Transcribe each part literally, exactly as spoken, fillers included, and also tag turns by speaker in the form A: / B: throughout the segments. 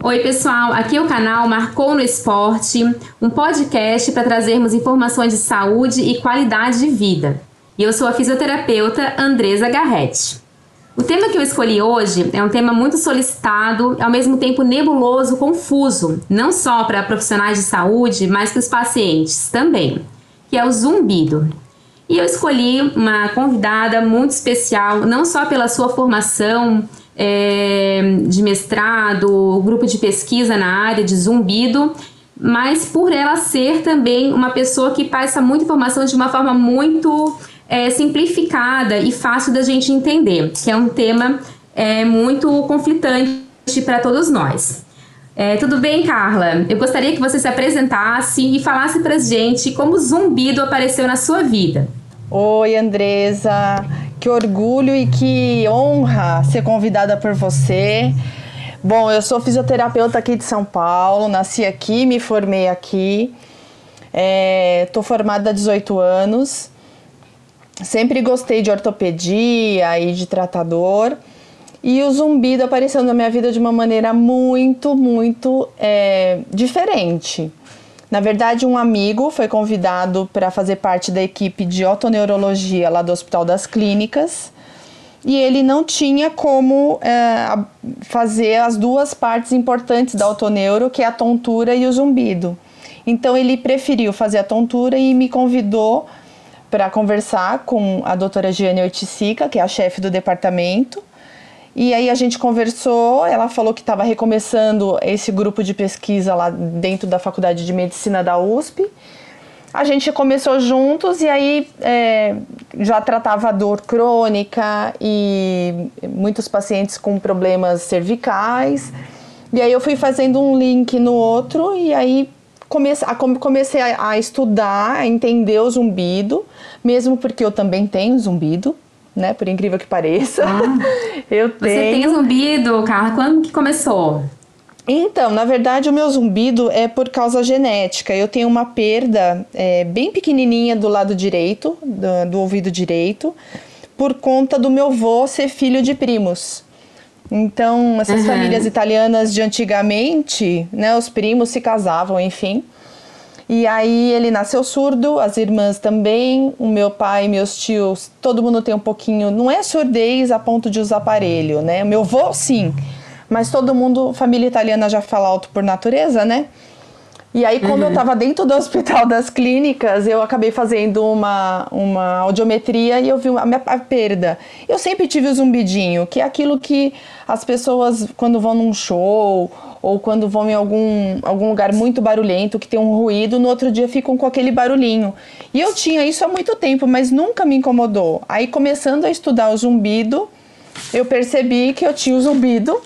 A: Oi pessoal, aqui é o canal Marcou no Esporte, um podcast para trazermos informações de saúde e qualidade de vida. E eu sou a fisioterapeuta Andresa Garretti. O tema que eu escolhi hoje é um tema muito solicitado, ao mesmo tempo nebuloso, confuso, não só para profissionais de saúde, mas para os pacientes também, que é o zumbido. E eu escolhi uma convidada muito especial, não só pela sua formação é, de mestrado, grupo de pesquisa na área de zumbido, mas por ela ser também uma pessoa que passa muita informação de uma forma muito é, simplificada e fácil da gente entender, que é um tema é, muito conflitante para todos nós. É, tudo bem, Carla? Eu gostaria que você se apresentasse e falasse para a gente como o zumbido apareceu na sua vida.
B: Oi, Andresa. Que orgulho e que honra ser convidada por você. Bom, eu sou fisioterapeuta aqui de São Paulo, nasci aqui, me formei aqui. Estou é, formada há dezoito anos. Sempre gostei de ortopedia e de tratador. E o zumbido apareceu na minha vida de uma maneira muito, muito é, diferente. Na verdade, um amigo foi convidado para fazer parte da equipe de otoneurologia lá do Hospital das Clínicas e ele não tinha como é, fazer as duas partes importantes da otoneuro, que é a tontura e o zumbido. Então, ele preferiu fazer a tontura e me convidou para conversar com a doutora Giane Oiticica, que é a chefe do departamento. E aí a gente conversou, ela falou que estava recomeçando esse grupo de pesquisa lá dentro da Faculdade de Medicina da U S P. A gente começou juntos e aí é, já tratava dor crônica e muitos pacientes com problemas cervicais. E aí eu fui fazendo um link no outro e aí comece, a, comecei a, a estudar, a entender o zumbido, mesmo porque eu também tenho zumbido. Né, por incrível que pareça. Ah, eu tenho.
A: Você tem zumbido, Carla? Quando que começou?
B: Então, na verdade, o meu zumbido é por causa genética. Eu tenho uma perda é, bem pequenininha do lado direito, do, do ouvido direito, por conta do meu avô ser filho de primos. Então, essas uhum. famílias italianas de antigamente, né, os primos se casavam, enfim. E aí ele nasceu surdo, as irmãs também, o meu pai, meus tios, todo mundo tem um pouquinho, não é surdez a ponto de usar aparelho, né? Meu avô, sim, mas todo mundo, família italiana já fala alto por natureza, né? E aí, como uhum. eu estava dentro do Hospital das Clínicas, eu acabei fazendo uma, uma audiometria e eu vi a minha a perda. Eu sempre tive o zumbidinho, que é aquilo que as pessoas, quando vão num show ou quando vão em algum, algum lugar muito barulhento, que tem um ruído, no outro dia ficam com aquele barulhinho. E eu tinha isso há muito tempo, mas nunca me incomodou. Aí, começando a estudar o zumbido, eu percebi que eu tinha o zumbido.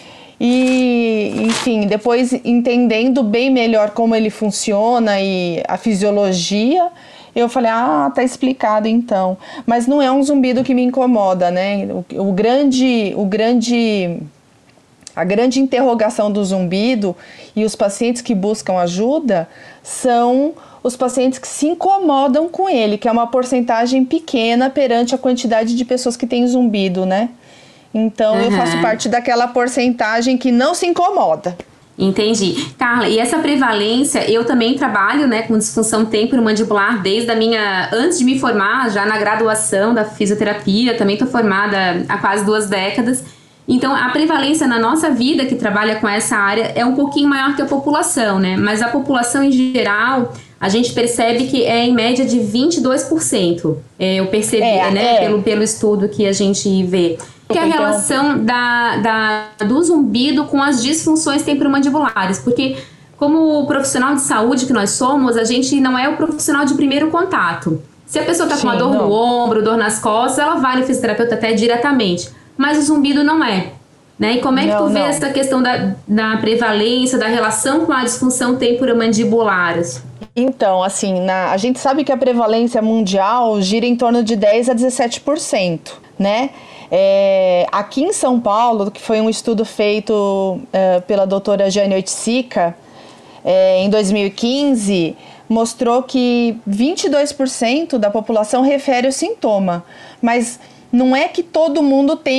B: E, enfim, depois entendendo bem melhor como ele funciona e a fisiologia, eu falei, ah, tá explicado então. Mas não é um zumbido que me incomoda, né? O, o grande, o grande, a grande interrogação do zumbido e os pacientes que buscam ajuda são os pacientes que se incomodam com ele, que é uma porcentagem pequena perante a quantidade de pessoas que têm zumbido, né? Então, uhum. eu faço parte daquela porcentagem que não se incomoda.
A: Entendi. Carla, e essa prevalência, eu também trabalho, né, com disfunção temporomandibular desde a minha, antes de me formar, já na graduação da fisioterapia, também estou formada há quase duas décadas. Então, a prevalência na nossa vida que trabalha com essa área é um pouquinho maior que a população, né? Mas a população em geral, a gente percebe que é em média de vinte e dois por cento. É, eu percebi, é, né, é. Pelo, pelo estudo que a gente vê. Que é a relação da, da, do zumbido com as disfunções temporomandibulares, porque como profissional de saúde que nós somos, a gente não é o profissional de primeiro contato. Se a pessoa está com uma dor não. no ombro, dor nas costas, ela vai no fisioterapeuta até diretamente, mas o zumbido não é. Né? E como é que não, tu vê não. essa questão da, da prevalência, da relação com a disfunção temporomandibular?
B: Então, assim, na, a gente sabe que a prevalência mundial gira em torno de dez a dezessete por cento, né? É, aqui em São Paulo, que foi um estudo feito é, pela doutora Giane Oiticica, é, em dois mil e quinze, mostrou que vinte e dois por cento da população refere o sintoma, mas não é que todo mundo tem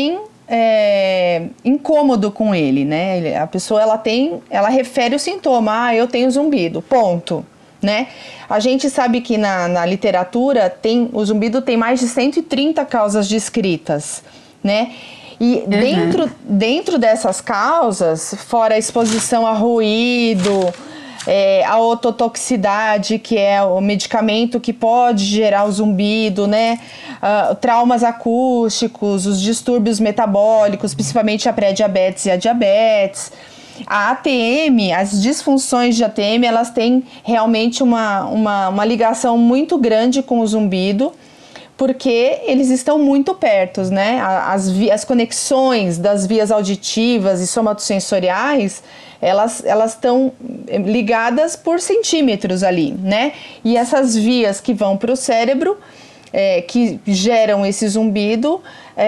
B: é, incômodo com ele, né? Ele, a pessoa ela tem, ela refere o sintoma, ah, eu tenho zumbido, ponto, né? A gente sabe que na, na literatura tem, o zumbido tem mais de cento e trinta causas descritas, né? E uhum. dentro, dentro dessas causas, fora a exposição a ruído, é, a ototoxicidade, que é o medicamento que pode gerar o zumbido, né? Uh, traumas acústicos, os distúrbios metabólicos, principalmente a pré-diabetes e a diabetes. A A T M, as disfunções de A T M, elas têm realmente uma, uma, uma ligação muito grande com o zumbido, porque eles estão muito perto, né? As, as conexões das vias auditivas e somatosensoriais, elas elas estão ligadas por centímetros ali, né? E essas vias que vão para o cérebro, é, que geram esse zumbido,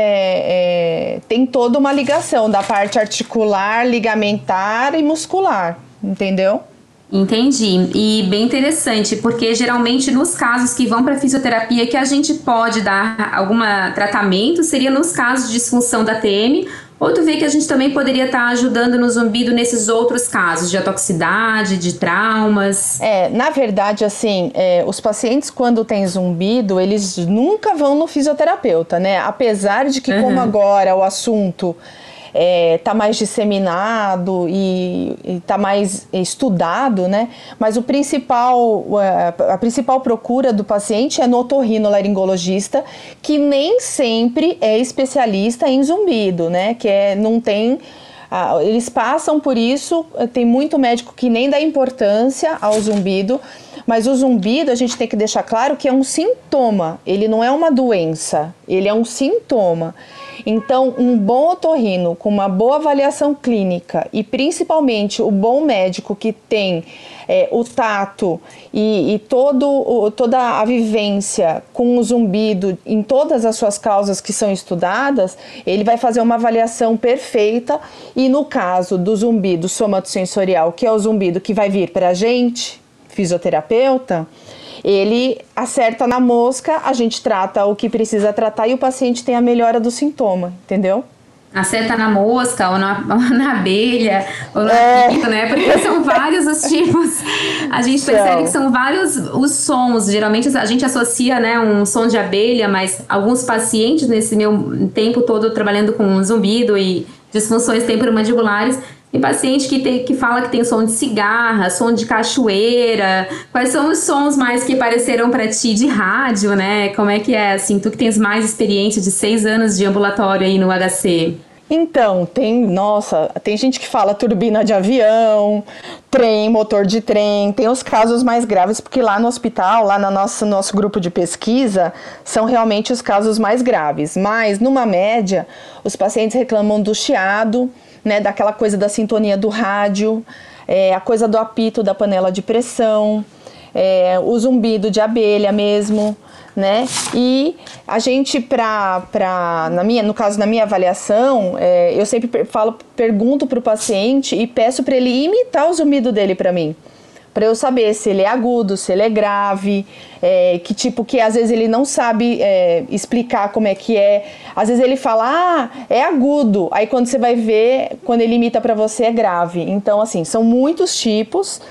B: é, é, tem toda uma ligação da parte articular, ligamentar e muscular, entendeu?
A: Entendi. E bem interessante, porque geralmente nos casos que vão para fisioterapia que a gente pode dar algum tratamento, seria nos casos de disfunção da T M, ou tu vê que a gente também poderia estar ajudando no zumbido nesses outros casos de atoxicidade, de traumas?
B: É, na verdade, assim, é, os pacientes quando têm zumbido, eles nunca vão no fisioterapeuta, né? Apesar de que, uhum. como agora o assunto está é, mais disseminado e está mais estudado, né? Mas o principal, a principal procura do paciente é no otorrinolaringologista, que nem sempre é especialista em zumbido, né? Que é, não tem... Ah, eles passam por isso, tem muito médico que nem dá importância ao zumbido, mas o zumbido a gente tem que deixar claro que é um sintoma, ele não é uma doença, ele é um sintoma. Então, um bom otorrino com uma boa avaliação clínica e principalmente o bom médico que tem é, o tato e, e todo, o, toda a vivência com o zumbido em todas as suas causas que são estudadas, ele vai fazer uma avaliação perfeita e no caso do zumbido somatosensorial, que é o zumbido que vai vir para a gente, fisioterapeuta, ele acerta na mosca, a gente trata o que precisa tratar e o paciente tem a melhora do sintoma, entendeu?
A: Acerta na mosca, ou na, ou na abelha, ou no é. apito, né? Porque são vários os tipos. A gente percebe então. que são vários os sons. Geralmente a gente associa, né, um som de abelha, mas alguns pacientes, nesse meu tempo todo trabalhando com zumbido e disfunções temporomandibulares, tem paciente que, tem, que fala que tem som de cigarra, som de cachoeira. Quais são os sons mais que apareceram para ti de rádio, né? Como é que é, assim, tu que tens mais experiência de seis anos de ambulatório aí no H C?
B: Então, tem, nossa, tem gente que fala turbina de avião, trem, motor de trem, tem os casos mais graves, porque lá no hospital, lá no nosso, nosso grupo de pesquisa, são realmente os casos mais graves. Mas, numa média, os pacientes reclamam do chiado, né, daquela coisa da sintonia do rádio, é, a coisa do apito da panela de pressão, é, o zumbido de abelha mesmo, né? E a gente, pra, pra, na minha, no caso, na minha avaliação, é, eu sempre falo, pergunto para o paciente e peço para ele imitar o zumbido dele para mim, para eu saber se ele é agudo, se ele é grave, é, que tipo, que às vezes ele não sabe é, explicar como é que é. Às vezes ele fala, ah, é agudo. Aí quando você vai ver, quando ele imita para você é grave. Então, assim, são muitos tipos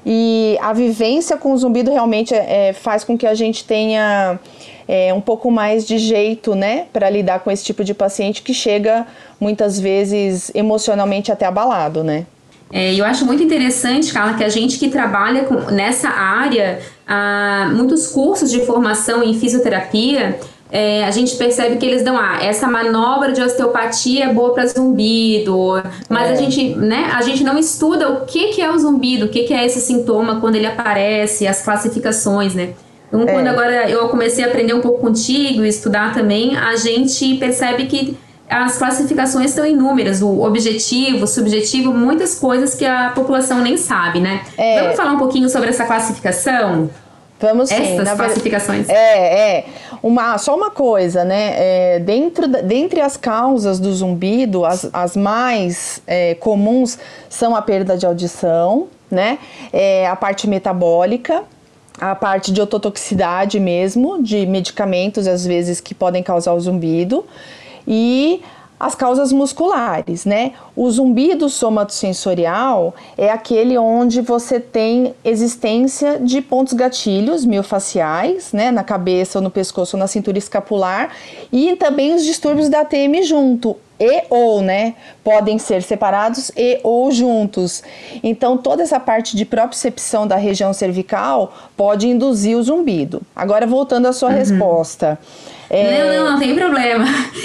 B: e a vivência com o zumbido realmente é, faz com que a gente tenha é, um pouco mais de jeito, né, para lidar com esse tipo de paciente que chega muitas vezes emocionalmente até abalado, né?
A: É, eu acho muito interessante, Carla, que a gente que trabalha com, nessa área, ah, muitos cursos de formação em fisioterapia, é, a gente percebe que eles dão, ah, essa manobra de osteopatia é boa para zumbido, mas é. a, gente, né, a gente não estuda o que, que é o zumbido, o que, que é esse sintoma quando ele aparece, as classificações, né? Então, é. quando agora eu comecei a aprender um pouco contigo e estudar também, a gente percebe que as classificações são inúmeras, o objetivo, o subjetivo, muitas coisas que a população nem sabe, né? É. Vamos falar um pouquinho sobre essa classificação?
B: Vamos sim.
A: Essas classificações.
B: É, é. Uma, só uma coisa, né? É, dentro, dentre as causas do zumbido, as, as mais é, comuns são a perda de audição, né? É, a parte metabólica, a parte de ototoxicidade mesmo, de medicamentos, às vezes, que podem causar o zumbido. E as causas musculares, né? O zumbido somatosensorial é aquele onde você tem existência de pontos gatilhos miofaciais, né? Na cabeça ou no pescoço ou na cintura escapular, e também os distúrbios da T M junto. E ou, né, podem ser separados e ou juntos. Então, toda essa parte de propriocepção da região cervical pode induzir o zumbido. Agora, voltando à sua uhum. resposta.
A: É... Não, não, não tem problema.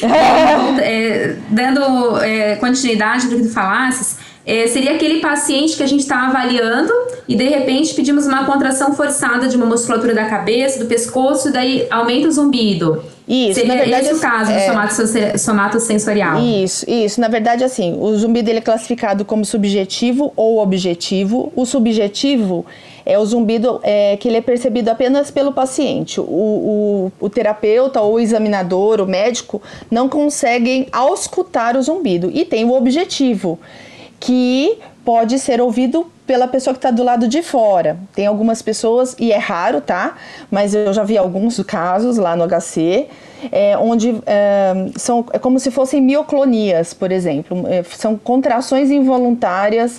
A: é, dando é, continuidade do que tu falasses, é, seria aquele paciente que a gente está avaliando e de repente pedimos uma contração forçada de uma musculatura da cabeça, do pescoço, e daí aumenta o zumbido.
B: Isso,
A: seria
B: na verdade,
A: esse o caso é, do somatosensorial.
B: Isso, isso. Na verdade, assim, o zumbido ele é classificado como subjetivo ou objetivo. O subjetivo é o zumbido é, que ele é percebido apenas pelo paciente. O, o, o terapeuta ou o examinador, o médico, não conseguem auscultar o zumbido. E tem o objetivo, que pode ser ouvido pela pessoa que está do lado de fora. Tem algumas pessoas, e é raro, tá? Mas eu já vi alguns casos lá no H C, é, onde é, são, é como se fossem mioclonias, por exemplo. É, são contrações involuntárias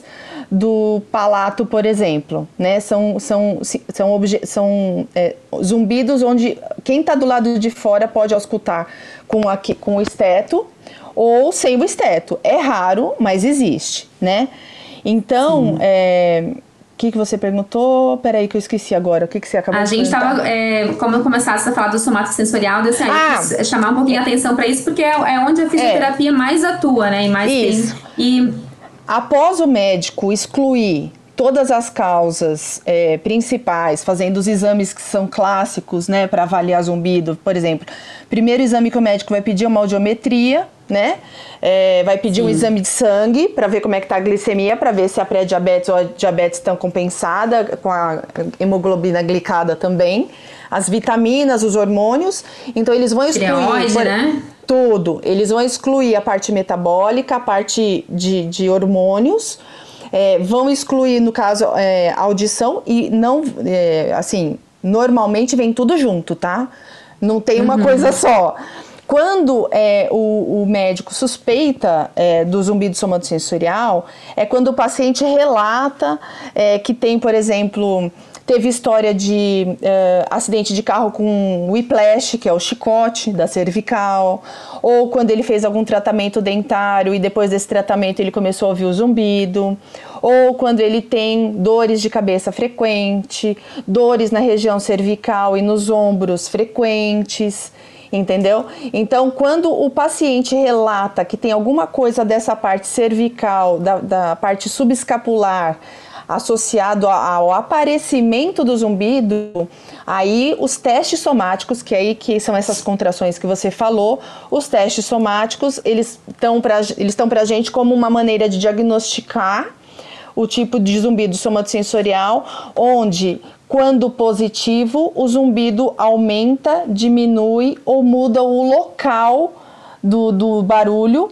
B: do palato, por exemplo. Né? São, são, são, obje, são é, zumbidos onde quem está do lado de fora pode auscultar com, a, com o esteto ou sem o esteto. É raro, mas existe, né? Então, o é, que, que você perguntou? Peraí que eu esqueci agora. O que, que você acabou
A: a
B: de
A: gente
B: perguntar?
A: estava, é, como eu começasse a falar do somatosensorial, desse aí, ah, chamar um pouquinho a atenção para isso, porque é, é onde a fisioterapia é. mais atua, né? E mais
B: isso.
A: tem. E...
B: Após o médico excluir todas as causas é, principais, fazendo os exames que são clássicos, né, para avaliar zumbido, por exemplo, primeiro exame que o médico vai pedir é uma audiometria, né, é, vai pedir Sim. um exame de sangue para ver como é que está a glicemia, para ver se a pré-diabetes ou a diabetes estão compensada com a hemoglobina glicada também, as vitaminas, os hormônios, então eles vão excluir...
A: Tireoide, por, né?
B: Tudo, eles vão excluir a parte metabólica, a parte de, de hormônios. É, vão excluir, no caso, é, a audição e não, é, assim, normalmente vem tudo junto, tá? Não tem uma uhum. coisa só. Quando é, o, o médico suspeita é, do zumbido somatosensorial, é quando o paciente relata é, que tem, por exemplo... Teve história de uh, acidente de carro com whiplash, que é o chicote da cervical, ou quando ele fez algum tratamento dentário e depois desse tratamento ele começou a ouvir o zumbido, ou quando ele tem dores de cabeça frequente, dores na região cervical e nos ombros frequentes, entendeu? Então, quando o paciente relata que tem alguma coisa dessa parte cervical, da, da parte subescapular, associado ao aparecimento do zumbido, aí os testes somáticos, que aí que são essas contrações que você falou, os testes somáticos, eles estão para eles estão para a gente como uma maneira de diagnosticar o tipo de zumbido somatosensorial, onde, quando positivo, o zumbido aumenta, diminui ou muda o local do, do barulho,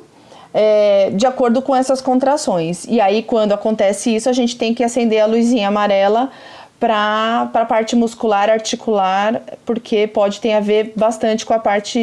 B: É, de acordo com essas contrações. E aí, quando acontece isso, a gente tem que acender a luzinha amarela para a parte muscular, articular, porque pode ter a ver bastante com a parte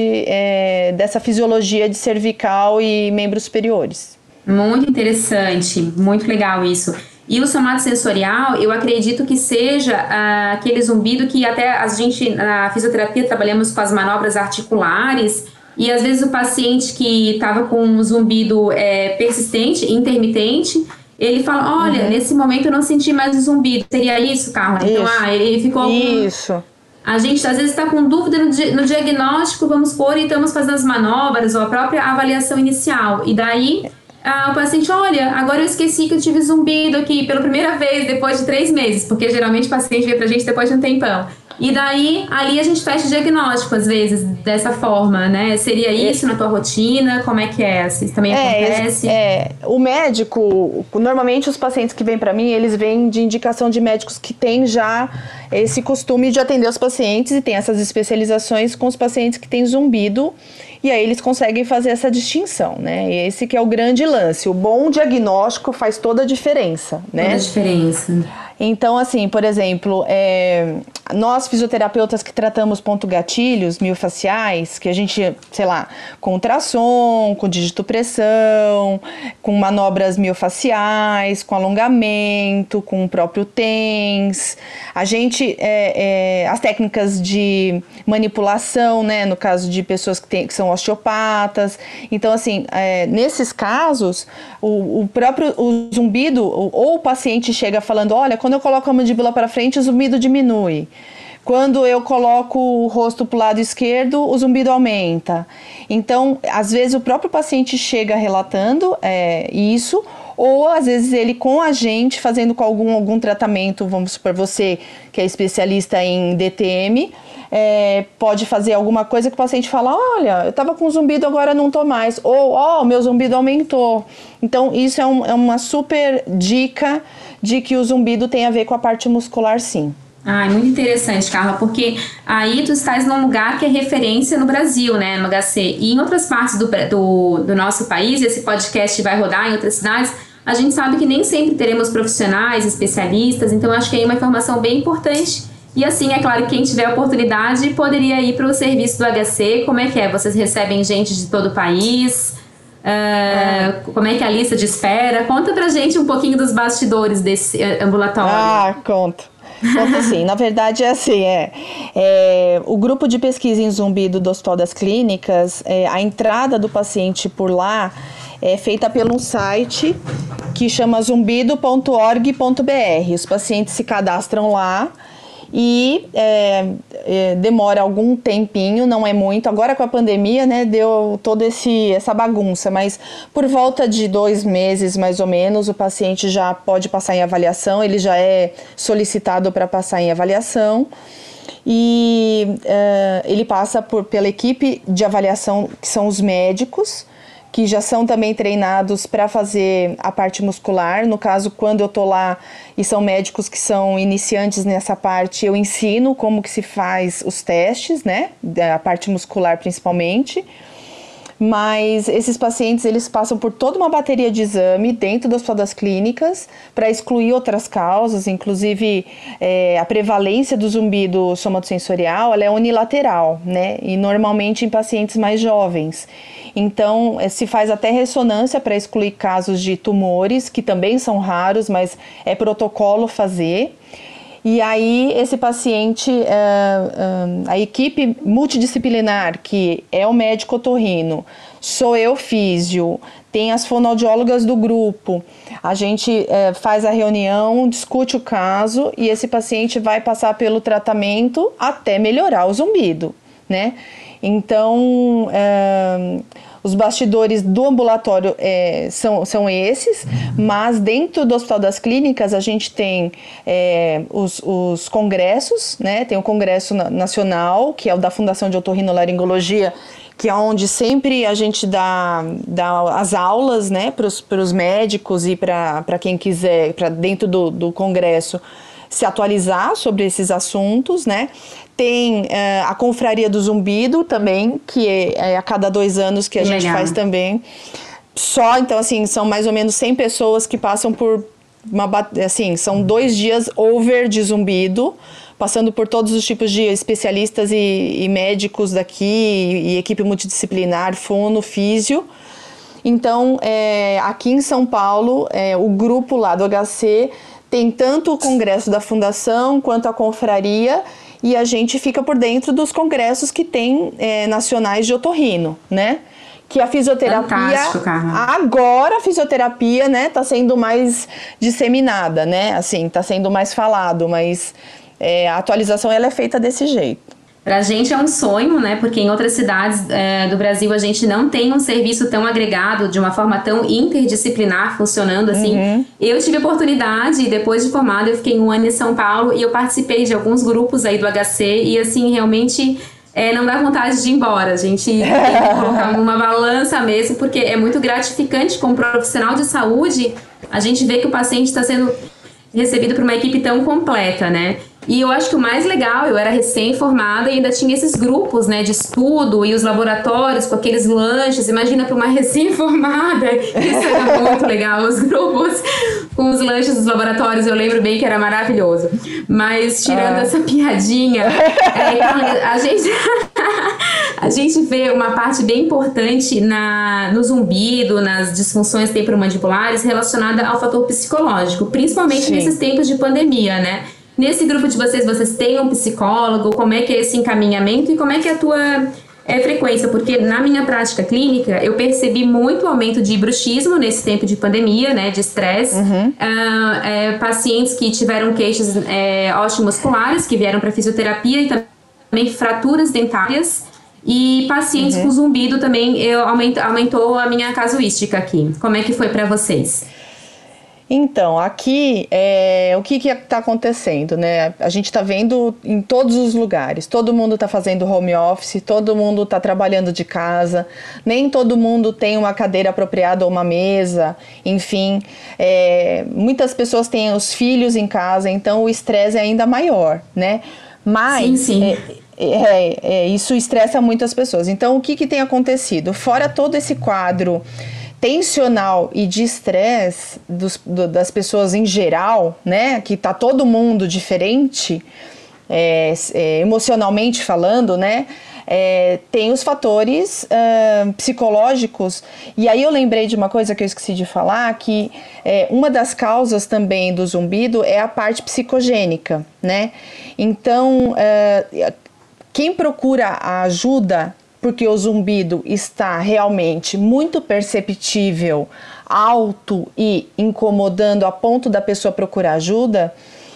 B: é, dessa fisiologia de cervical e membros superiores.
A: Muito interessante, muito legal isso. E o somatosensorial, eu acredito que seja ah, aquele zumbido que até a gente, na fisioterapia, trabalhamos com as manobras articulares. E às vezes o paciente que estava com um zumbido é, persistente, intermitente, ele fala, olha, uhum. nesse momento eu não senti mais o zumbido. Seria isso, Carla?
B: Isso.
A: Então, ah, ele ficou...
B: Isso.
A: Algum... A gente às vezes está com dúvida no, di... no diagnóstico, vamos pôr, e estamos fazendo as manobras ou a própria avaliação inicial. E daí ah, o paciente, olha, agora eu esqueci que eu tive zumbido aqui pela primeira vez depois de três meses, porque geralmente o paciente vem pra gente depois de um tempão. E daí, ali a gente fecha o diagnóstico, às vezes, dessa forma, né? Seria isso na tua rotina? Como é que é? Isso também
B: é,
A: acontece?
B: É, o médico, normalmente os pacientes que vêm para mim, eles vêm de indicação de médicos que têm já esse costume de atender os pacientes e tem essas especializações com os pacientes que têm zumbido, e aí eles conseguem fazer essa distinção, né? E esse que é o grande lance. O bom diagnóstico faz toda a diferença, né?
A: Toda a diferença.
B: Então, assim, por exemplo, é, nós fisioterapeutas que tratamos ponto-gatilhos miofaciais, que a gente, sei lá, com ultrassom, com digitopressão, com manobras miofaciais, com alongamento, com o próprio TENS, a gente, é, é, as técnicas de manipulação, né, no caso de pessoas que, tem, que são osteopatas. Então, assim, é, nesses casos, o, o próprio o zumbido, ou o paciente chega falando, olha, quando eu coloco a mandíbula para frente, o zumbido diminui. Quando eu coloco o rosto para o lado esquerdo, o zumbido aumenta. Então, às vezes, o próprio paciente chega relatando é, isso, ou às vezes ele com a gente, fazendo com algum, algum tratamento, vamos supor, você que é especialista em D T M, é, pode fazer alguma coisa que o paciente fala, olha, eu estava com zumbido, agora não estou mais. Ou, ó, oh, meu zumbido aumentou. Então, isso é, um, é uma super dica de que o zumbido tem a ver com a parte muscular, sim.
A: Ah, é muito interessante, Carla, porque aí tu estás num lugar que é referência no Brasil, né, no H C. E em outras partes do, do, do nosso país, esse podcast vai rodar em outras cidades, a gente sabe que nem sempre teremos profissionais, especialistas, então acho que aí é uma informação bem importante. E assim, é claro que quem tiver oportunidade poderia ir para o serviço do H C. Como é que é? Vocês recebem gente de todo o país? Uh, é. Como é que é a lista de espera? Conta pra gente um pouquinho dos bastidores desse ambulatório.
B: Ah, conto. Conto sim. Na verdade é assim, é, é o grupo de pesquisa em zumbido do Hospital das Clínicas, é, a entrada do paciente por lá é feita pelo um site que chama zumbido ponto org ponto b r. Os pacientes se cadastram lá e é, é, demora algum tempinho, não é muito. Agora com a pandemia, né, deu toda esse, essa bagunça, mas por volta de dois meses mais ou menos, o paciente já pode passar em avaliação, ele já é solicitado para passar em avaliação. E é, ele passa por, pela equipe de avaliação, que são os médicos, que já são também treinados para fazer a parte muscular. No caso, quando eu tô lá e são médicos que são iniciantes nessa parte, eu ensino como que se faz os testes, né, a parte muscular principalmente. Mas esses pacientes, eles passam por toda uma bateria de exame dentro do Hospital das Clínicas para excluir outras causas, inclusive é, a prevalência do zumbido somatosensorial, ela é unilateral, né, e normalmente em pacientes mais jovens. Então, se faz até ressonância para excluir casos de tumores, que também são raros, mas é protocolo fazer. E aí, esse paciente, uh, uh, a equipe multidisciplinar, que é o médico otorrino, sou eu físio, tem as fonoaudiólogas do grupo, a gente uh, faz a reunião, discute o caso e esse paciente vai passar pelo tratamento até melhorar o zumbido, né? Então, uh, os bastidores do ambulatório é, são, são esses, mas dentro do Hospital das Clínicas a gente tem é, os, os congressos, né? Tem o Congresso Nacional, que é o da Fundação de Otorrinolaringologia, que é onde sempre a gente dá, dá as aulas, né, para os médicos e para quem quiser, para dentro do, do congresso, se atualizar sobre esses assuntos, né? Tem uh, a Confraria do Zumbido também, que é, é a cada dois anos que a Legal. gente faz também. Só, então, assim, são mais ou menos cem pessoas que passam por uma... Assim, são dois dias over de zumbido, passando por todos os tipos de especialistas e, e médicos daqui, e, e equipe multidisciplinar, fono, físio. Então, é, aqui em São Paulo, é, o grupo lá do H C tem tanto o congresso da fundação quanto a confraria, e a gente fica por dentro dos congressos que tem é, nacionais de otorrino, né? Que a fisioterapia, agora a fisioterapia, né, tá sendo mais disseminada, né? Assim, tá sendo mais falado, mas é, a atualização ela é feita desse jeito.
A: Pra gente é um sonho, né? Porque em outras cidades é, do Brasil a gente não tem um serviço tão agregado, de uma forma tão interdisciplinar, funcionando assim. Uhum. Eu tive oportunidade, depois de formada, eu fiquei um ano em São Paulo e eu participei de alguns grupos aí do H C e assim, realmente é, não dá vontade de ir embora. A gente tem que colocar uma balança mesmo, porque é muito gratificante como profissional de saúde, a gente vê que o paciente está sendo recebido por uma equipe tão completa, né? E eu acho que o mais legal, eu era recém-formada e ainda tinha esses grupos, né, de estudo e os laboratórios com aqueles lanches. Imagina para uma recém-formada, isso era muito legal, os grupos com os lanches dos laboratórios, eu lembro bem que era maravilhoso. Mas tirando ah. essa piadinha, é, a gente... A gente vê uma parte bem importante na, no zumbido, nas disfunções temporomandibulares relacionada ao fator psicológico, principalmente Sim. nesses tempos de pandemia, né? Nesse grupo de vocês, vocês têm um psicólogo? Como é que é esse encaminhamento e como é que é a tua é, frequência? Porque na minha prática clínica, eu percebi muito aumento de bruxismo nesse tempo de pandemia, né? De estresse. Uhum. Uh, é, pacientes que tiveram queixas é, osteomusculares, que vieram para fisioterapia e também fraturas dentárias. E pacientes uhum. com zumbido também eu, aumentou, aumentou a minha casuística aqui. Como é que foi para vocês?
B: Então, aqui, é, o que está acontecendo, né? A gente está vendo em todos os lugares. Todo mundo está fazendo home office, todo mundo está trabalhando de casa. Nem todo mundo tem uma cadeira apropriada ou uma mesa. Enfim, é, muitas pessoas têm os filhos em casa, então o estresse é ainda maior, né? Mas... Sim, sim. É, É, é, isso estressa muitas pessoas. Então, o que, que tem acontecido? Fora todo esse quadro tensional e de estresse dos, do, das pessoas em geral, né? Que tá todo mundo diferente, é, é, emocionalmente falando, né? É, tem os fatores uh, psicológicos. E aí eu lembrei de uma coisa que eu esqueci de falar, que é, uma das causas também do zumbido é a parte psicogênica, né? Então... Uh, Quem procura a ajuda porque o zumbido está realmente muito perceptível, alto e incomodando a ponto da pessoa procurar ajuda,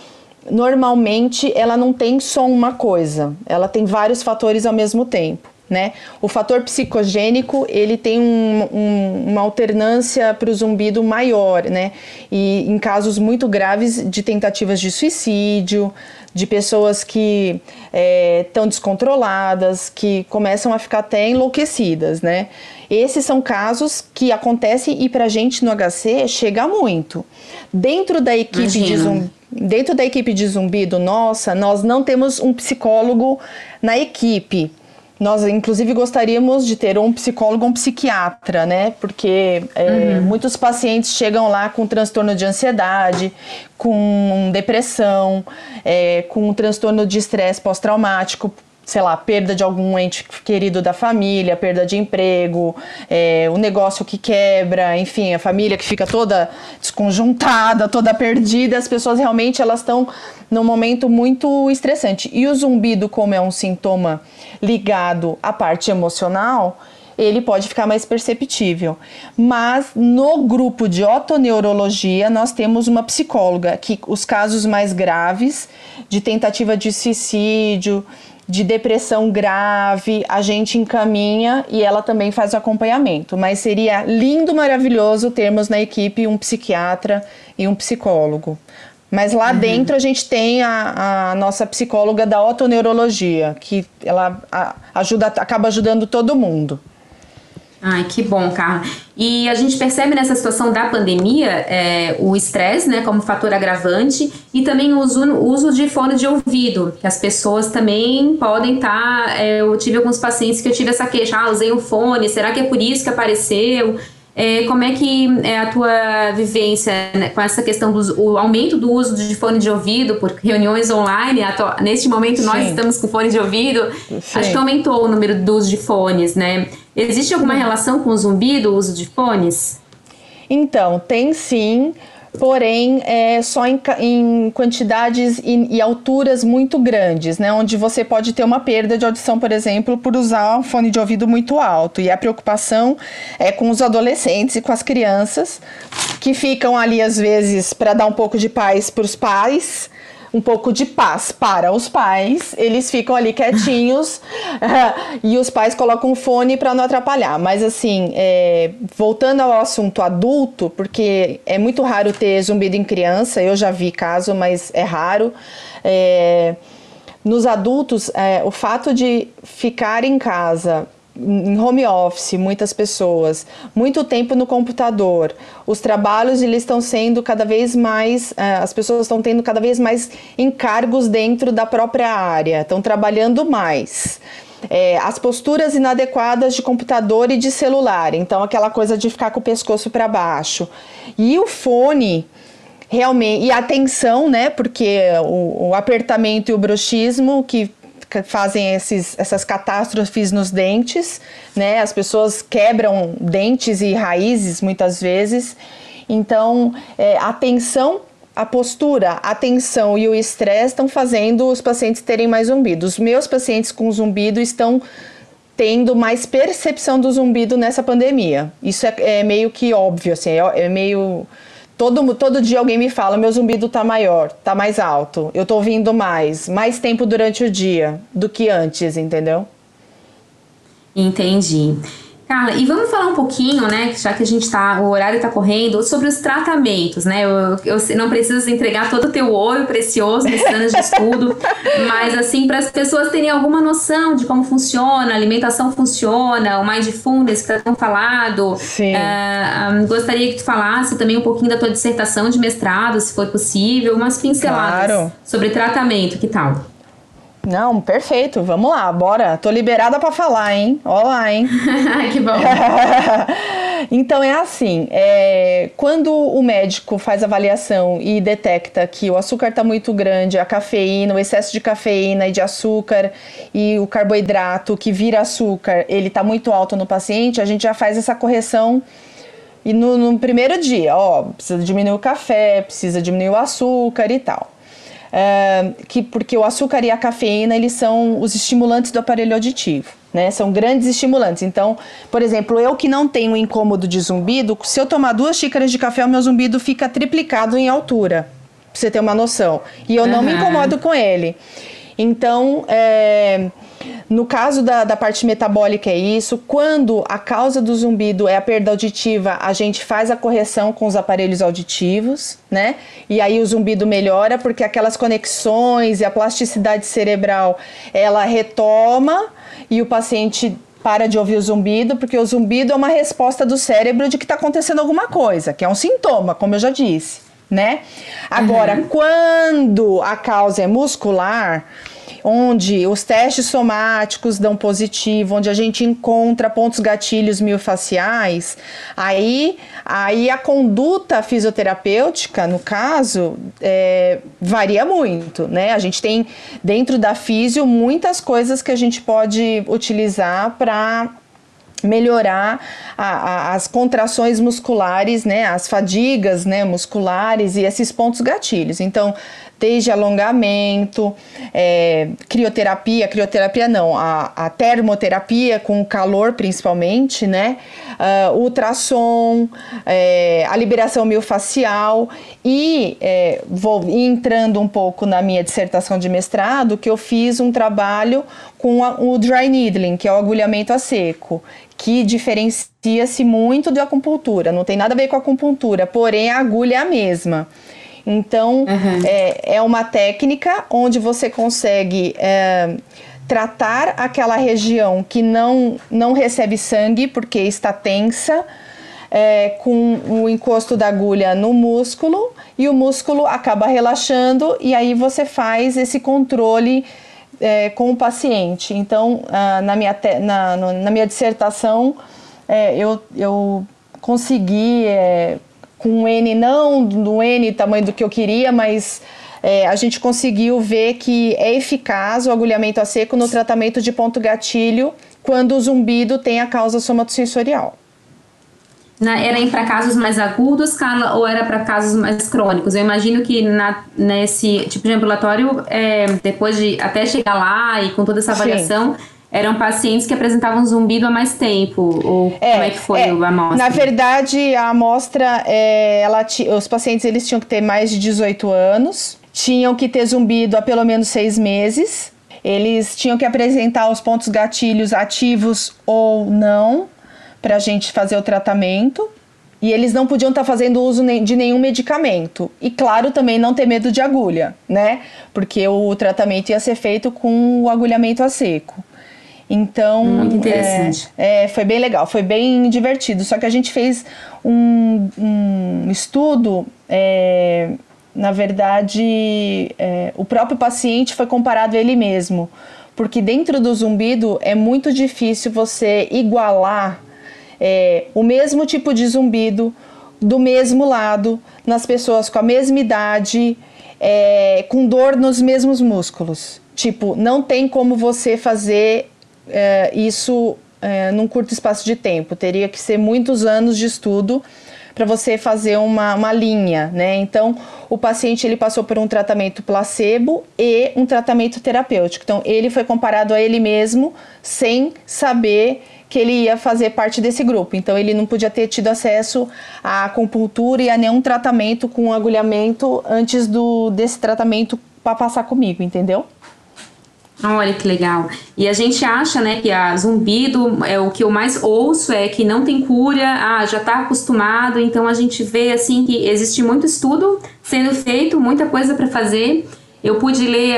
B: normalmente ela não tem só uma coisa, ela tem vários fatores ao mesmo tempo, né? O fator psicogênico, ele tem um, um, uma alternância para o zumbido maior, né? E em casos muito graves de tentativas de suicídio, de pessoas que estão é, descontroladas, que começam a ficar até enlouquecidas, né? Esses são casos que acontecem e pra gente no H C chega muito. Dentro da equipe de zumbido, dentro da equipe de zumbido, nossa, nós não temos um psicólogo na equipe. Nós, inclusive, gostaríamos de ter um psicólogo ou um psiquiatra, né? Porque é, uhum. muitos pacientes chegam lá com transtorno de ansiedade, com depressão, é, com um transtorno de estresse pós-traumático, sei lá, perda de algum ente querido da família, perda de emprego, é, o negócio que quebra, enfim, a família que fica toda desconjuntada, toda perdida, as pessoas realmente elas estão num momento muito estressante. E o zumbido, como é um sintoma ligado à parte emocional, ele pode ficar mais perceptível. Mas no grupo de otoneurologia, nós temos uma psicóloga que os casos mais graves de tentativa de suicídio, de depressão grave, a gente encaminha e ela também faz o acompanhamento. Mas seria lindo, maravilhoso termos na equipe um psiquiatra e um psicólogo. Mas lá uhum. dentro a gente tem a, a nossa psicóloga da otoneurologia, que ela a, ajuda, acaba ajudando todo mundo.
A: Ai, que bom, Carla. E a gente percebe nessa situação da pandemia é, o estresse, né, como fator agravante e também o uso, o uso de fone de ouvido, que as pessoas também podem estar... Tá, é, eu tive alguns pacientes que eu tive essa queixa, ah, usei um fone, será que é por isso que apareceu? É, como é que é a tua vivência, né, com essa questão do aumento do uso de fone de ouvido por reuniões online? Atu- neste momento Sim. nós estamos com fone de ouvido. Sim. Acho que aumentou o número do uso de fones, né? Existe alguma relação com o zumbido, o uso de fones?
B: Então, tem sim, porém é só em, em quantidades e, e alturas muito grandes, né? Onde você pode ter uma perda de audição, por exemplo, por usar um fone de ouvido muito alto. E a preocupação é com os adolescentes e com as crianças, que ficam ali às vezes para dar um pouco de paz para os pais, um pouco de paz para os pais, eles ficam ali quietinhos e os pais colocam um fone para não atrapalhar. Mas assim, é, voltando ao assunto adulto, porque é muito raro ter zumbido em criança, eu já vi caso, mas é raro. É, nos adultos, é, o fato de ficar em casa em home office, muitas pessoas, muito tempo no computador, os trabalhos eles estão sendo cada vez mais, as pessoas estão tendo cada vez mais encargos dentro da própria área, estão trabalhando mais. É, as posturas inadequadas de computador e de celular, então aquela coisa de ficar com o pescoço para baixo. E o fone, realmente, e a tensão, né, porque o, o apertamento e o bruxismo que fazem esses, essas catástrofes nos dentes, né, as pessoas quebram dentes e raízes muitas vezes, então é, a tensão, a postura, a tensão e o estresse estão fazendo os pacientes terem mais zumbido. Os meus pacientes com zumbido estão tendo mais percepção do zumbido nessa pandemia. Isso é, é meio que óbvio, assim, é, é meio... Todo, todo dia alguém me fala, meu zumbido tá maior, tá mais alto, eu tô ouvindo mais, mais tempo durante o dia do que antes, entendeu?
A: Entendi. Carla, e vamos falar um pouquinho, né, já que a gente tá, o horário tá correndo, sobre os tratamentos, né, eu, eu não preciso entregar todo o teu ouro precioso nesses anos de estudo, mas assim, para as pessoas terem alguma noção de como funciona, a alimentação funciona, o mindfulness que tá tão falado.
B: Sim.
A: Uh, um, gostaria que tu falasse também um pouquinho da tua dissertação de mestrado, se for possível, umas pinceladas. Claro. Sobre tratamento, que tal?
B: Não, perfeito, vamos lá, bora. Tô liberada para falar, hein? Olá, hein?
A: Que bom.
B: Então é assim, é, quando o médico faz a avaliação e detecta que o açúcar está muito grande, a cafeína, o excesso de cafeína e de açúcar e o carboidrato que vira açúcar, ele está muito alto no paciente, a gente já faz essa correção. E no, no primeiro dia, ó, precisa diminuir o café, precisa diminuir o açúcar e tal. É, que, porque o açúcar e a cafeína, eles são os estimulantes do aparelho auditivo, né? São grandes estimulantes. Então, por exemplo, eu que não tenho incômodo de zumbido, se eu tomar duas xícaras de café, o meu zumbido fica triplicado em altura, pra você ter uma noção. E eu uhum. não me incomodo com ele. Então, é, no caso da, da parte metabólica é isso. Quando a causa do zumbido é a perda auditiva, a gente faz a correção com os aparelhos auditivos, né? E aí o zumbido melhora, porque aquelas conexões e a plasticidade cerebral, ela retoma e o paciente para de ouvir o zumbido, porque o zumbido é uma resposta do cérebro de que está acontecendo alguma coisa, que é um sintoma, como eu já disse. Né? Agora, uhum. quando a causa é muscular, onde os testes somáticos dão positivo, onde a gente encontra pontos gatilhos miofaciais, aí, aí a conduta fisioterapêutica, no caso, é, varia muito, né? A gente tem dentro da físio muitas coisas que a gente pode utilizar para melhorar a, a, as contrações musculares, né, as fadigas, né, musculares e esses pontos gatilhos. Então, desde alongamento, é, crioterapia, crioterapia não, a, a termoterapia com calor principalmente, né, uh, ultrassom, é, a liberação miofacial e é, vou entrando um pouco na minha dissertação de mestrado, que eu fiz um trabalho com a, o dry needling, que é o agulhamento a seco, que diferencia-se muito da acupuntura, não tem nada a ver com a acupuntura, porém a agulha é a mesma. Então, uhum. é, é uma técnica onde você consegue é, tratar aquela região que não, não recebe sangue porque está tensa, é, com o encosto da agulha no músculo, e o músculo acaba relaxando, e aí você faz esse controle É, com o paciente. Então, ah, na, minha te- na, no, na minha dissertação, é, eu, eu consegui, é, com um N, não do N tamanho do que eu queria, mas é, a gente conseguiu ver que é eficaz o agulhamento a seco no tratamento de ponto gatilho quando o zumbido tem a causa somatosensorial.
A: Era para casos mais agudos, Carla, ou era para casos mais crônicos? Eu imagino que na, nesse tipo de ambulatório, é, depois de até chegar lá e com toda essa avaliação, sim, eram pacientes que apresentavam zumbido há mais tempo? Ou é, como é que foi é, a amostra?
B: Na verdade, a amostra, é, ela t- os pacientes eles tinham que ter mais de dezoito anos, tinham que ter zumbido há pelo menos seis meses, eles tinham que apresentar os pontos gatilhos ativos ou não, para a gente fazer o tratamento, e eles não podiam estar fazendo uso de nenhum medicamento. E claro, também não ter medo de agulha, né? Porque o tratamento ia ser feito com o agulhamento a seco. Então,
A: muito interessante.
B: É, é, foi bem legal, foi bem divertido. Só que a gente fez um, um estudo, é, na verdade, é, o próprio paciente foi comparado a ele mesmo. Porque dentro do zumbido é muito difícil você igualar é, o mesmo tipo de zumbido do mesmo lado, nas pessoas com a mesma idade, é, com dor nos mesmos músculos. Tipo, não tem como você fazer é, isso é, num curto espaço de tempo. Teria que ser muitos anos de estudo para você fazer uma, uma linha, né? Então, o paciente ele passou por um tratamento placebo e um tratamento terapêutico. Então, ele foi comparado a ele mesmo sem saber que ele ia fazer parte desse grupo. Então, ele não podia ter tido acesso à acupuntura e a nenhum tratamento com agulhamento antes do, desse tratamento para passar comigo, entendeu?
A: Olha que legal. E a gente acha, né, que a zumbido, é o que eu mais ouço é que não tem cura, ah, já está acostumado, então a gente vê assim que existe muito estudo sendo feito, muita coisa para fazer. Eu pude ler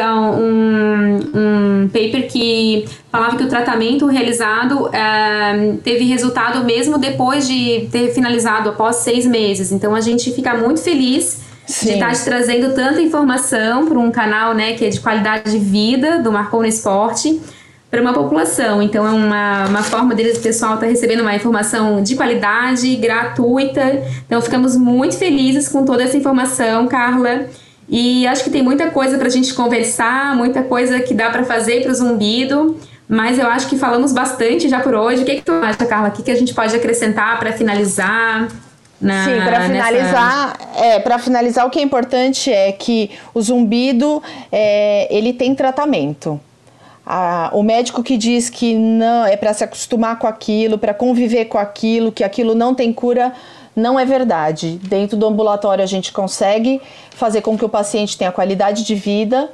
A: um, um paper que falava que o tratamento realizado uh, teve resultado mesmo depois de ter finalizado, após seis meses. Então a gente fica muito feliz Sim. de estar te trazendo tanta informação para um canal, né, que é de qualidade de vida do Marcou no Esporte para uma população. Então é uma, uma forma deles, o pessoal está recebendo uma informação de qualidade, gratuita. Então ficamos muito felizes com toda essa informação, Carla. E acho que tem muita coisa para a gente conversar, muita coisa que dá para fazer para o zumbido. Mas eu acho que falamos bastante já por hoje. O que, que tu acha, Carla? O que, que a gente pode acrescentar para finalizar? Na,
B: Sim, para finalizar,
A: nessa...
B: é, para finalizar, o que é importante é que o zumbido é, ele tem tratamento. Ah, o médico que diz que não é para se acostumar com aquilo, para conviver com aquilo, que aquilo não tem cura, não é verdade. Dentro do ambulatório a gente consegue fazer com que o paciente tenha qualidade de vida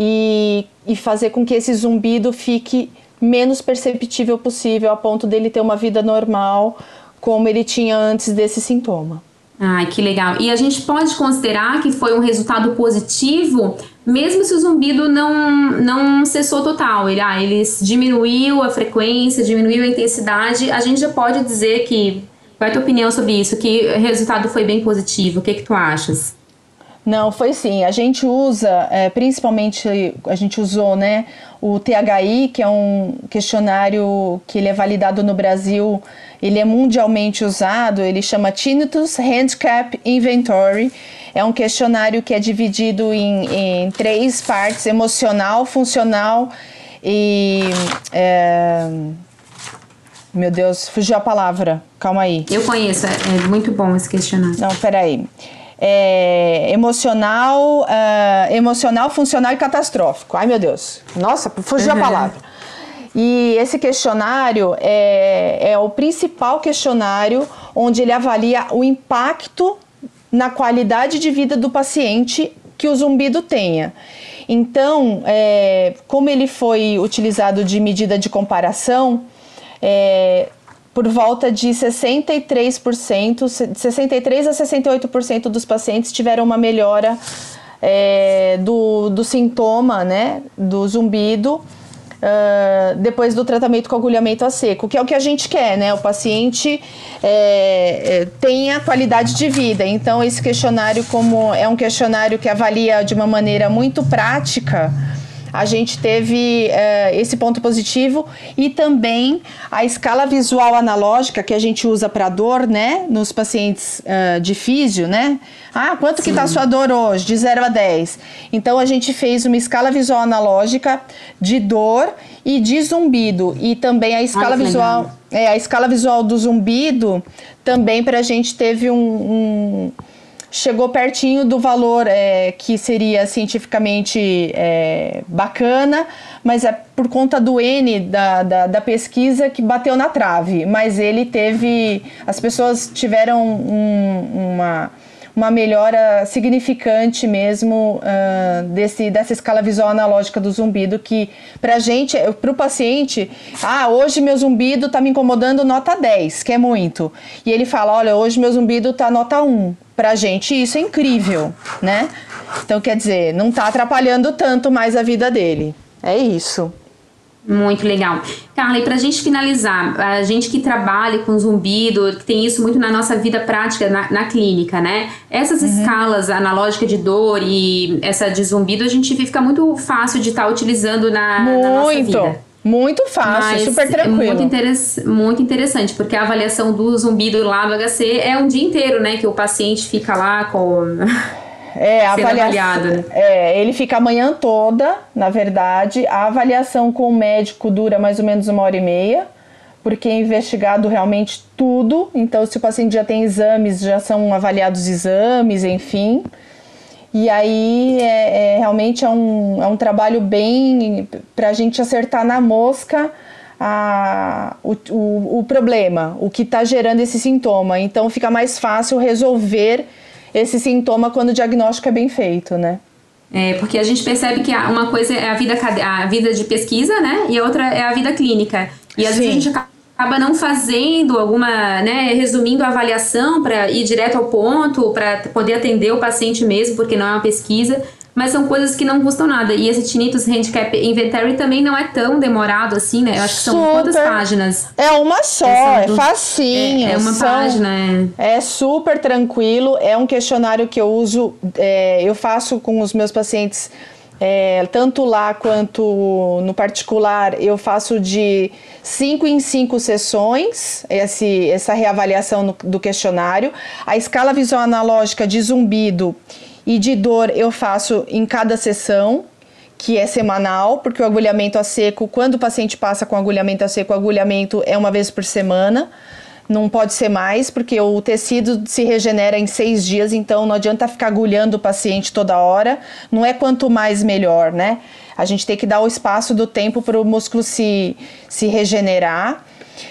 B: e, e fazer com que esse zumbido fique menos perceptível possível, a ponto dele ter uma vida normal, como ele tinha antes desse sintoma.
A: Ai, que legal. E a gente pode considerar que foi um resultado positivo, mesmo se o zumbido não, não cessou total. Ele, ah, ele diminuiu a frequência, diminuiu a intensidade. A gente já pode dizer que... Qual é a tua opinião sobre isso? Que o resultado foi bem positivo. O que, que tu achas?
B: Não, foi sim. A gente usa, é, principalmente, a gente usou, né, o T H I, que é um questionário que ele é validado no Brasil, ele é mundialmente usado, ele chama Tinnitus Handicap Inventory. É um questionário que é dividido em, em três partes: emocional, funcional e... É... Meu Deus, fugiu a palavra. Calma aí.
A: Eu conheço, é, é muito bom esse questionário.
B: Não, peraí. É, emocional, uh, emocional, funcional e catastrófico. Ai, meu Deus. Nossa, fugiu uhum. a palavra. E esse questionário é, é o principal questionário onde ele avalia o impacto na qualidade de vida do paciente que o zumbido tenha. Então, é, como ele foi utilizado de medida de comparação, é, por volta de sessenta e três por cento, sessenta e três a sessenta e oito por cento dos pacientes tiveram uma melhora é, do, do sintoma, né, do zumbido, uh, depois do tratamento com agulhamento a seco, que é o que a gente quer, né? O paciente é, é, tenha qualidade de vida. Então, esse questionário, como é um questionário que avalia de uma maneira muito prática, a gente teve uh, esse ponto positivo, e também a escala visual analógica que a gente usa para dor, né, nos pacientes uh, de físio, né? Ah, quanto Sim. que tá a sua dor hoje? De zero a dez. Então a gente fez uma escala visual analógica de dor e de zumbido, e também a escala Ai, visual, é, a escala visual do zumbido também para a gente teve um, um chegou pertinho do valor é, que seria cientificamente é, bacana, mas é por conta do N da, da, da pesquisa que bateu na trave. Mas ele teve... As pessoas tiveram um, uma, uma melhora significante mesmo uh, desse, dessa escala visual analógica do zumbido, que pra gente, pro paciente, ah, hoje meu zumbido tá me incomodando nota dez, que é muito. E ele fala, olha, hoje meu zumbido tá nota um. Pra gente isso é incrível, né? Então, quer dizer, não tá atrapalhando tanto mais a vida dele. É isso.
A: Muito legal. Carla, e pra gente finalizar, a gente que trabalha com zumbido, que tem isso muito na nossa vida prática, na, na clínica, né? Essas uhum. escalas analógicas de dor e essa de zumbido, a gente fica muito fácil de estar tá utilizando na, na nossa vida.
B: Muito fácil,
A: Mas
B: super tranquilo.
A: É muito, interess- muito interessante, porque a avaliação do zumbido lá do H C é um dia inteiro, né? Que o paciente fica lá com...
B: É, a avaliação, né? é, ele fica a manhã toda, na verdade. A avaliação com o médico dura mais ou menos uma hora e meia, porque é investigado realmente tudo. Então, se o paciente já tem exames, já são avaliados exames, enfim. E aí, é, é, realmente é um, é um trabalho bem para a gente acertar na mosca a, o, o, o problema, o que está gerando esse sintoma. Então, fica mais fácil resolver esse sintoma quando o diagnóstico é bem feito, né?
A: É, porque a gente percebe que uma coisa é a vida, a vida de pesquisa, né? E a outra é a vida clínica. E às Sim. vezes a gente acaba não fazendo alguma, né? Resumindo a avaliação para ir direto ao ponto, para poder atender o paciente mesmo, porque não é uma pesquisa. Mas são coisas que não custam nada. E esse Tinnitus Handicap Inventory também não é tão demorado assim, né? Eu acho que são
B: super.
A: Quantas páginas?
B: É uma só, é, é facinho.
A: É, é uma
B: são,
A: página. É.
B: é super tranquilo. É um questionário que eu uso, é, eu faço com os meus pacientes, é, tanto lá quanto no particular, eu faço de cinco em cinco sessões, esse, essa reavaliação no, do questionário. A escala visual analógica de zumbido e de dor eu faço em cada sessão, que é semanal, porque o agulhamento a seco, quando o paciente passa com agulhamento a seco, o agulhamento é uma vez por semana, não pode ser mais, porque o tecido se regenera em seis dias, então não adianta ficar agulhando o paciente toda hora, não é quanto mais melhor, né? A gente tem que dar o espaço do tempo para o músculo se, se regenerar,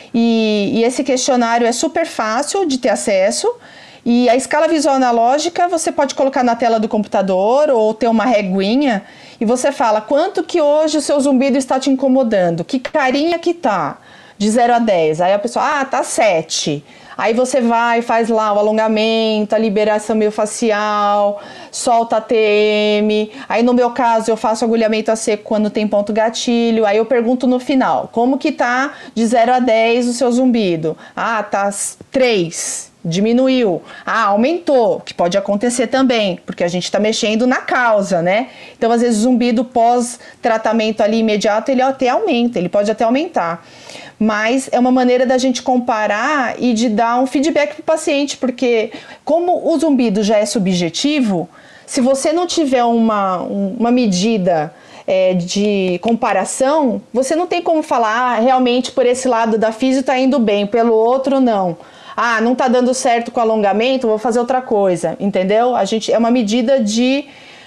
B: e, e esse questionário é super fácil de ter acesso. E a escala visual analógica você pode colocar na tela do computador ou ter uma reguinha e você fala quanto que hoje o seu zumbido está te incomodando, que carinha que tá, de zero a dez. Aí a pessoa, ah, tá sete. Aí você vai, faz lá o alongamento, a liberação miofascial, solta a T M. Aí no meu caso eu faço agulhamento a seco quando tem ponto gatilho. Aí eu pergunto no final, como que tá de zero a dez o seu zumbido? Ah, tá três. Diminuiu, ah, aumentou, que pode acontecer também, porque a gente está mexendo na causa, né? Então, às vezes, o zumbido pós-tratamento ali imediato, ele até aumenta, ele pode até aumentar. Mas é uma maneira da gente comparar e de dar um feedback para o paciente, porque como o zumbido já é subjetivo, se você não tiver uma, uma medida é, de comparação, você não tem como falar, ah, realmente por esse lado da físio está indo bem, pelo outro não. Ah, não está dando certo com o alongamento, vou fazer outra coisa, entendeu? A gente, é uma medida de,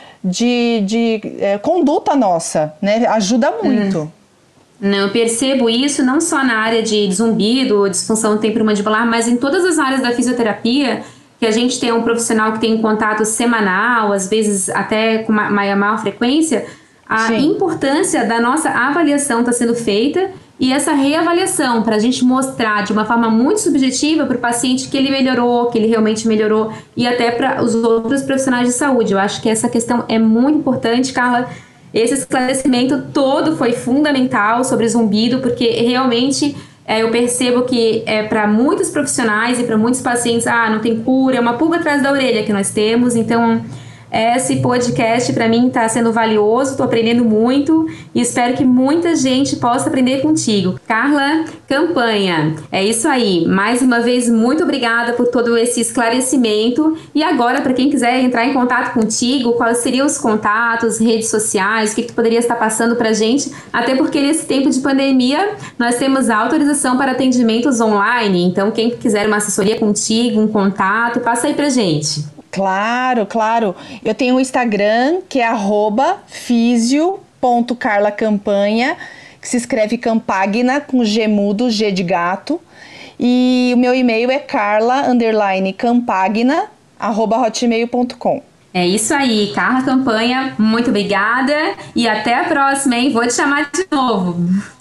B: de, de é, conduta nossa, né? Ajuda muito.
A: Hum. Não, eu percebo isso não só na área de zumbido, disfunção temporomandibular, mas em todas as áreas da fisioterapia, que a gente tem um profissional que tem um contato semanal, às vezes até com uma maior frequência, a Sim. importância da nossa avaliação está sendo feita e essa reavaliação para a gente mostrar de uma forma muito subjetiva para o paciente que ele melhorou, que ele realmente melhorou e até para os outros profissionais de saúde. Eu acho que essa questão é muito importante, Carla. Esse esclarecimento todo foi fundamental sobre zumbido, porque realmente é, eu percebo que é para muitos profissionais e para muitos pacientes, ah, não tem cura, é uma pulga atrás da orelha que nós temos, então esse podcast para mim está sendo valioso, estou aprendendo muito e espero que muita gente possa aprender contigo. Carla Campanha, é isso aí. Mais uma vez, muito obrigada por todo esse esclarecimento. E agora, para quem quiser entrar em contato contigo, quais seriam os contatos, redes sociais, o que, que tu poderia estar passando para a gente? Até porque nesse tempo de pandemia, nós temos autorização para atendimentos online. Então, quem quiser uma assessoria contigo, um contato, passa aí para a gente.
B: Claro, claro. Eu tenho um Instagram que é arroba fisio ponto carla campanha, que se escreve Campagna com G mudo, G de gato. E o meu e-mail é carla underline campagna arroba hotmail ponto com.
A: É isso aí, Carla Campanha, muito obrigada e até a próxima, hein? Vou te chamar de novo.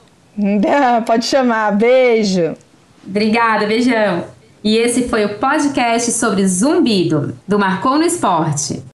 B: Pode chamar, beijo.
A: Obrigada, beijão. E esse foi o podcast sobre zumbido, do Marcou no Esporte.